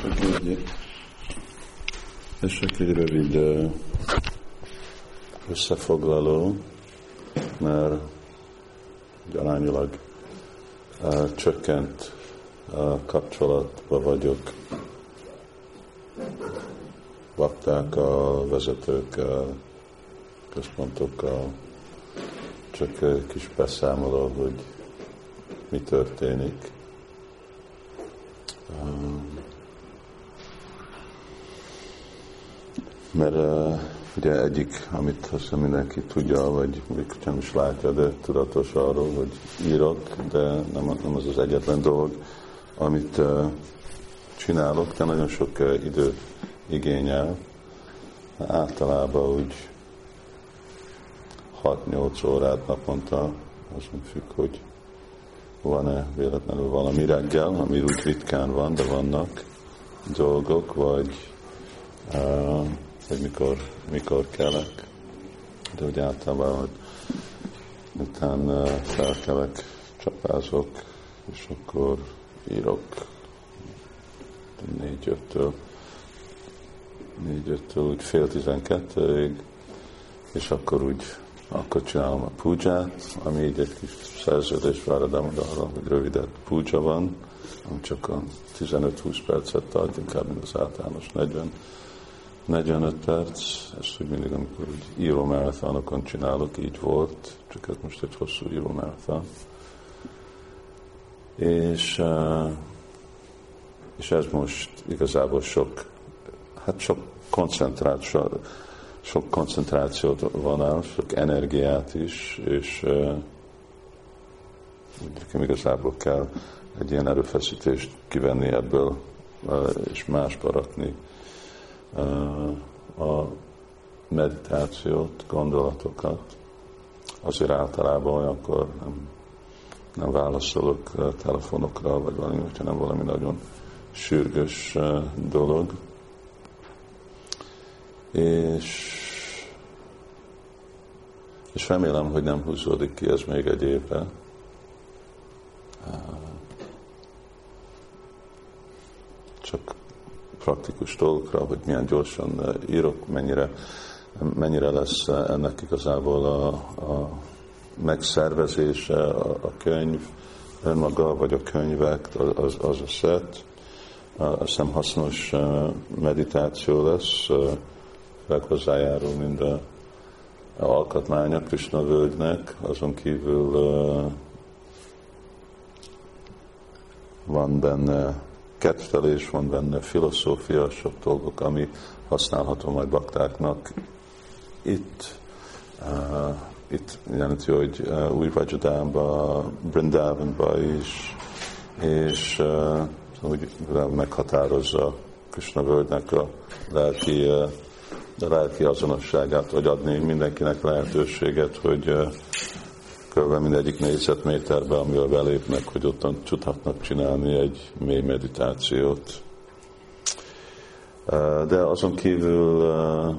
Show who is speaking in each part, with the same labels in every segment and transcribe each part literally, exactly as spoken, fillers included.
Speaker 1: csak egy, ez csak egy rövid összefoglaló, mert arányilag uh, csökkent uh, kapcsolatban vagyok baktákkal, vezetőkkel, központokkal, csak egy kis beszámoló, hogy mi történik. Um, mert uh, ugye egyik, amit azt hiszem mindenki tudja, vagy még nem is látja, de tudatos arról, hogy írok, de nem, nem az az egyetlen dolog, amit uh, csinálok, de nagyon sok uh, időt igényel. Általában úgy hat-nyolc órát naponta, azon függ, hogy van-e véletlenül valami reggel, ami úgy ritkán van, de vannak dolgok, vagy uh, hogy mikor, mikor kelek. De úgy általában, hogy utána uh, felkelek, csapázok, és akkor írok négy-öttől, négy-öttől úgy fél tizenkettőig, és akkor úgy akkor csinálom a púdzsát, ami így egy kis szerződés váradám arra, hogy rövidebb púdzsa van, ami csak a tizenöt-húsz percet tart, inkább mint az általános negyven, negyvenöt perc. Ezt úgy mindig, amikor úgy írómarathonokon csinálok, így volt, csak ez most egy hosszú írómarathon. És, és ez most igazából sok, hát sok koncentráció, sok koncentrációt van el, sok energiát is, és uh, nekem igazából kell egy ilyen erőfeszítést kivenni ebből, uh, és másba rakni uh, a meditációt, gondolatokat. Azért általában olyankor nem, nem válaszolok uh, telefonokra, vagy valami, hogyha nem valami nagyon sürgős uh, dolog. És, és remélem, hogy nem húzódik ki ez még egy évre. Csak praktikus dolgokra, hogy milyen gyorsan írok, mennyire, mennyire lesz ennek igazából a, a megszervezése, a, a könyv önmaga, vagy a könyvek, az, az a szett. Azt hiszem hasznos meditáció lesz, hozzájárul mind a alkotmánya Krishna völgynek, azon kívül uh, van benne kedvelés, van benne filozófia, sok dolgok, ami használható majd baktáknak. Itt, uh, itt jelenti, hogy uh, új Vajradhánba, Brindavanba is, és uh, úgy meghatározza Krishna völgynek a lelki uh, de lelki azonosságát, vagy adni mindenkinek lehetőséget, hogy uh, kb. Mindegyik négyzetméterben, amivel belépnek, hogy ottan tudhatnak csinálni egy mély meditációt. Uh, de azon kívül uh,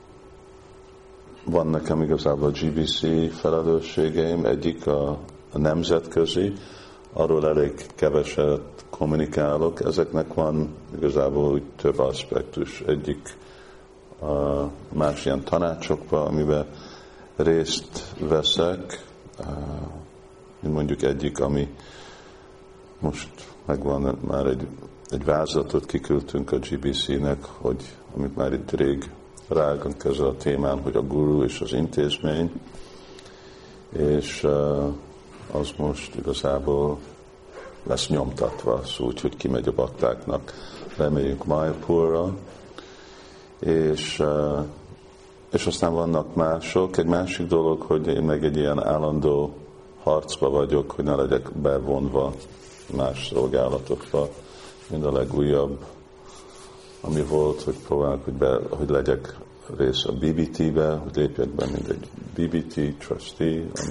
Speaker 1: van nekem igazából a gé bé cé felelősségeim, egyik a, a nemzetközi, arról elég keveset kommunikálok, ezeknek van igazából úgy több aspektus, egyik a más ilyen tanácsokba, amiben részt veszek, mint mondjuk egyik, ami most megvan, már egy, egy vázlatot kiküldtünk a gé bé cé-nek, hogy amit már itt rég rágunk ezzel a témán, hogy a guru és az intézmény, és az most igazából lesz nyomtatva, szóval úgy, hogy kimegy a baktáknak, lemegyünk Mayapurra, és, és aztán vannak mások. Egy másik dolog, hogy én meg egy ilyen állandó harcba vagyok, hogy ne legyek bevonva más szolgálatokba, mind a legújabb, ami volt, hogy próbálok, hogy, be, hogy legyek rész a bé bé té-be, hogy lépjek be, mint egy bé bé té trustee, ami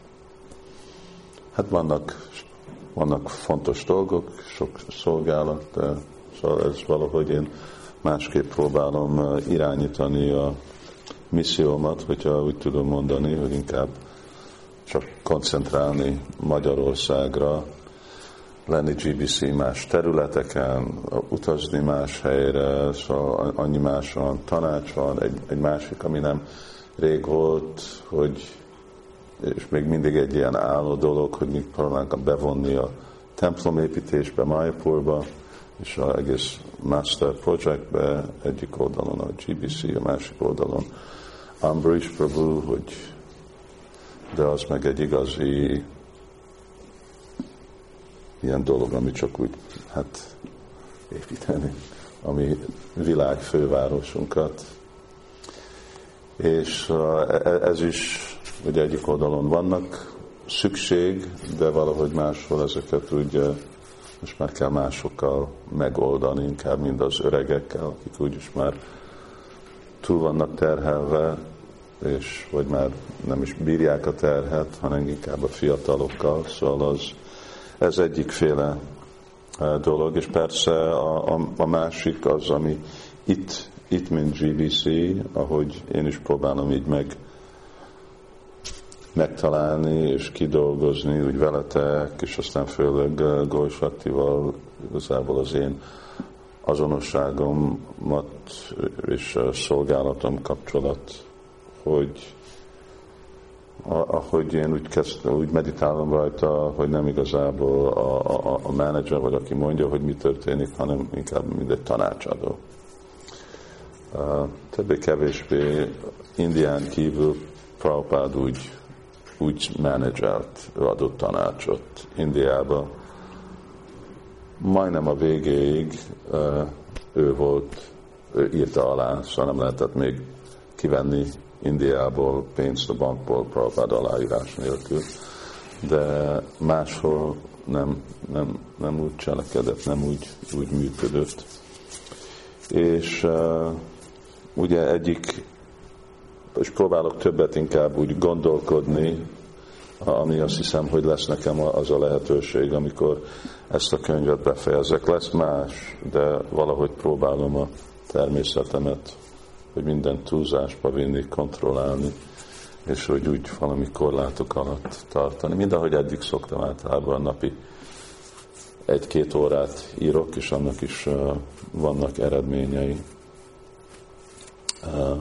Speaker 1: hát vannak, vannak fontos dolgok, sok szolgálat, de szóval ez valahogy én másképp próbálom irányítani a missziómat, hogyha úgy tudom mondani, hogy inkább csak koncentrálni Magyarországra, lenni gé bé cé más területeken, utazni más helyre, szóval annyi más van, tanács van, egy, egy másik, ami nem rég volt, hogy, és még mindig egy ilyen álló dolog, hogy mi próbálunk bevonni a templomépítésbe, Mayapurba, és az egész Master Projectbe, egyik oldalon a gé bé cé, a másik oldalon Ambarish Prabhu, hogy de az meg egy igazi ilyen dolog, ami csak úgy, hát építeni, ami világ fővárosunkat. És ez is, ugye egyik oldalon vannak szükség, de valahogy máshol ezeket úgy most már kell másokkal megoldani, inkább mind az öregekkel, akik úgyis már túl vannak terhelve, és vagy már nem is bírják a terhet, hanem inkább a fiatalokkal, szóval az, ez egyikféle dolog, és persze a, a, a másik az, ami itt, itt mint gé bé cé, ahogy én is próbálom így meg megtalálni és kidolgozni úgy veletek, és aztán főleg Goy Shaktival igazából az én azonosságomat és szolgálatom kapcsolat, hogy ahogy én úgy, kezdtem, úgy meditálom rajta, hogy nem igazából a, a, a menedzser, vagy aki mondja, hogy mi történik, hanem inkább mint egy tanácsadó. Uh, többé-kevésbé Indián kívül Prabhupád úgy, úgy menedzselt, ő adott tanácsot Indiába. Majdnem a végéig uh, ő volt, ő írta alá, szóval nem lehetett még kivenni Indiából pénzt a bankból Prabhupád aláírás nélkül, de máshol nem, nem, nem úgy cselekedett, nem úgy, úgy működött. És uh, ugye egyik, és próbálok többet inkább úgy gondolkodni, ami azt hiszem, hogy lesz nekem az a lehetőség, amikor ezt a könyvet befejezek. Lesz más, de valahogy próbálom a természetemet, hogy minden túlzásba vinni, kontrollálni, és hogy úgy valami korlátok alatt tartani. Mindahogy eddig szoktam, általában napi egy-két órát írok, és annak is uh, vannak eredményei. Uh,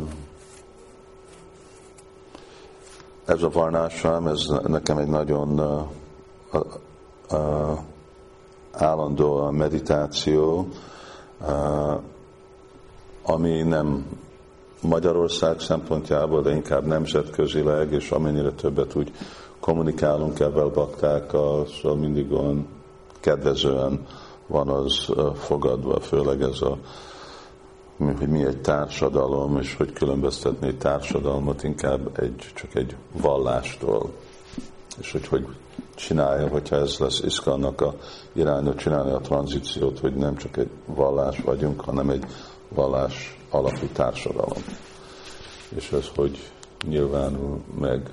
Speaker 1: ez a varnásám, ez nekem egy nagyon uh, uh, állandó meditáció, uh, ami nem Magyarország szempontjából, de inkább nemzetközileg, és amennyire többet úgy kommunikálunk ebben baktákkal, szóval mindig olyan kedvezően van az fogadva, főleg ez a, hogy mi egy társadalom, és hogy különböztetni egy társadalmat inkább egy, csak egy vallástól. És hogy hogy csinálja, hogyha ez lesz ISKCON-nak a iránya, csinálni a tranzíciót, hogy nem csak egy vallás vagyunk, hanem egy vallás alapú társadalom. És ez hogy nyilvánul meg.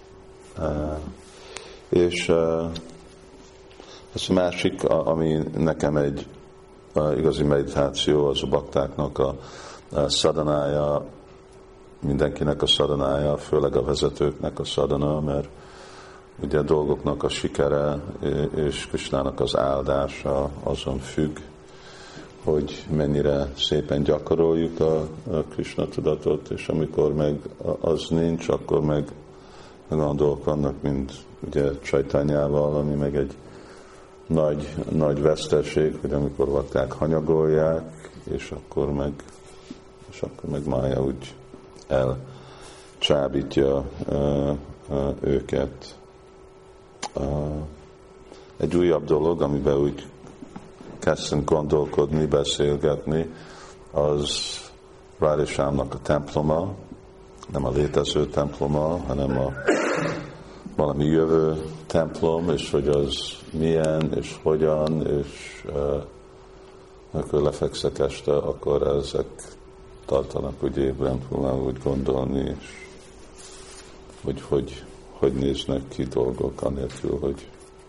Speaker 1: És ez a másik, ami nekem egy igazi meditáció, az a baktáknak a szadanája, mindenkinek a szadanája, főleg a vezetőknek a szadana, mert ugye a dolgoknak a sikere és Krisnának az áldása azon függ, hogy mennyire szépen gyakoroljuk a, a Krisna tudatot, és amikor meg az nincs, akkor meg olyan dolgok vannak, mint ugye Csaitanyával, ami meg egy nagy, nagy veszteség, hogy amikor vakták hanyagolják, és akkor meg, és akkor meg Mája úgy elcsábítja uh, uh, őket. Uh, egy újabb dolog, amiben úgy kezdtünk gondolkodni, beszélgetni, az Radhésámnak a temploma, nem a létező temploma, hanem a valami jövő templom, és hogy az milyen, és hogyan, és uh, amikor lefekszek este, akkor ezek tartanak úgy ébren, próbálom úgy gondolni, és hogy, hogy hogy néznek ki dolgok, anélkül, hogy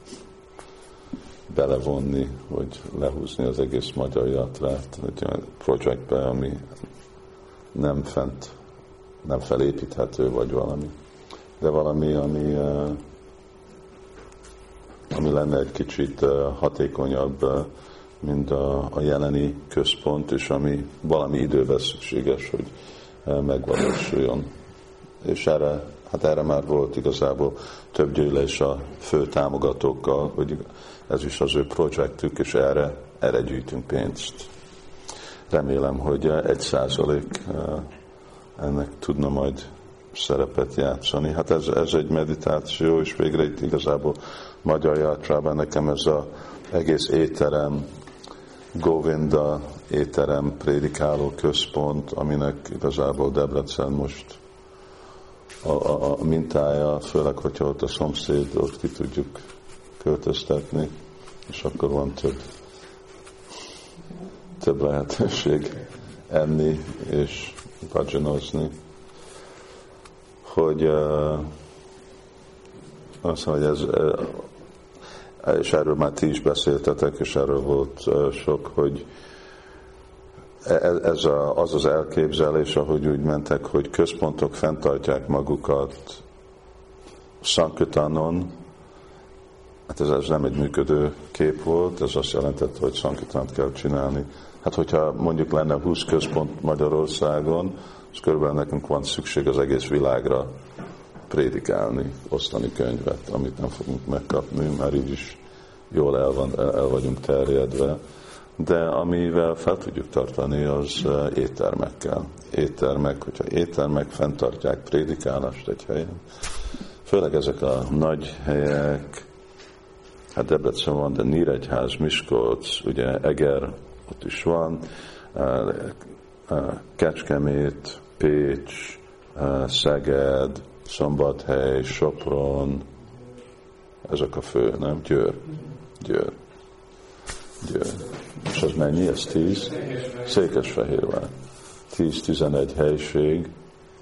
Speaker 1: belevonni, vagy lehúzni az egész magyar játrát egy olyan projektbe, ami nem fent, nem felépíthető, vagy valami. De valami, ami uh, ami lenne egy kicsit hatékonyabb, mint a, a jeleni központ, és ami valami időben szükséges, hogy megvalósuljon. És erre, hát erre már volt igazából több gyűlés a fő támogatókkal, hogy ez is az ő projektük, és erre, erre gyűjtünk pénzt. Remélem, hogy egy százalék ennek tudna majd szerepet játszani. Hát ez, ez egy meditáció, és végre itt igazából Magyar Játrában nekem ez az egész étterem, Govinda étterem, prédikáló központ, aminek igazából Debrecen most a, a, a mintája, főleg, hogyha ott a szomszéd, ott ki tudjuk költöztetni, és akkor van több, több lehetőség enni és bhajanozni. Hogy uh, azt mondom, hogy ez, uh, és erről már ti is beszéltetek, és erről volt uh, sok, hogy ez a, az az elképzelés, ahogy úgy mentek, hogy központok fenntartják magukat Sankirtanon. Hát ez, ez nem egy működő kép volt, ez azt jelentette, hogy Sankirtant kell csinálni. Hát hogyha mondjuk lenne húsz központ Magyarországon, és körülbelül nekünk van szükség az egész világra prédikálni, osztani könyvet, amit nem fogunk megkapni, már így is jól el, van, el vagyunk terjedve. De amivel fel tudjuk tartani, az éttermekkel. Éttermek, hogyha éttermek fenntartják prédikálást egy helyen, főleg ezek a nagy helyek, hát Debrecen van, de Nyíregyház, Miskolc, ugye Eger, ott is van, Kecskemét, Pécs, Szeged, Szombathely, Sopron, ezek a fő, nem? Győr. Győr. Győr. És az mennyi? Ez tíz? Székesfehérvár. tíz-tizenegy helység,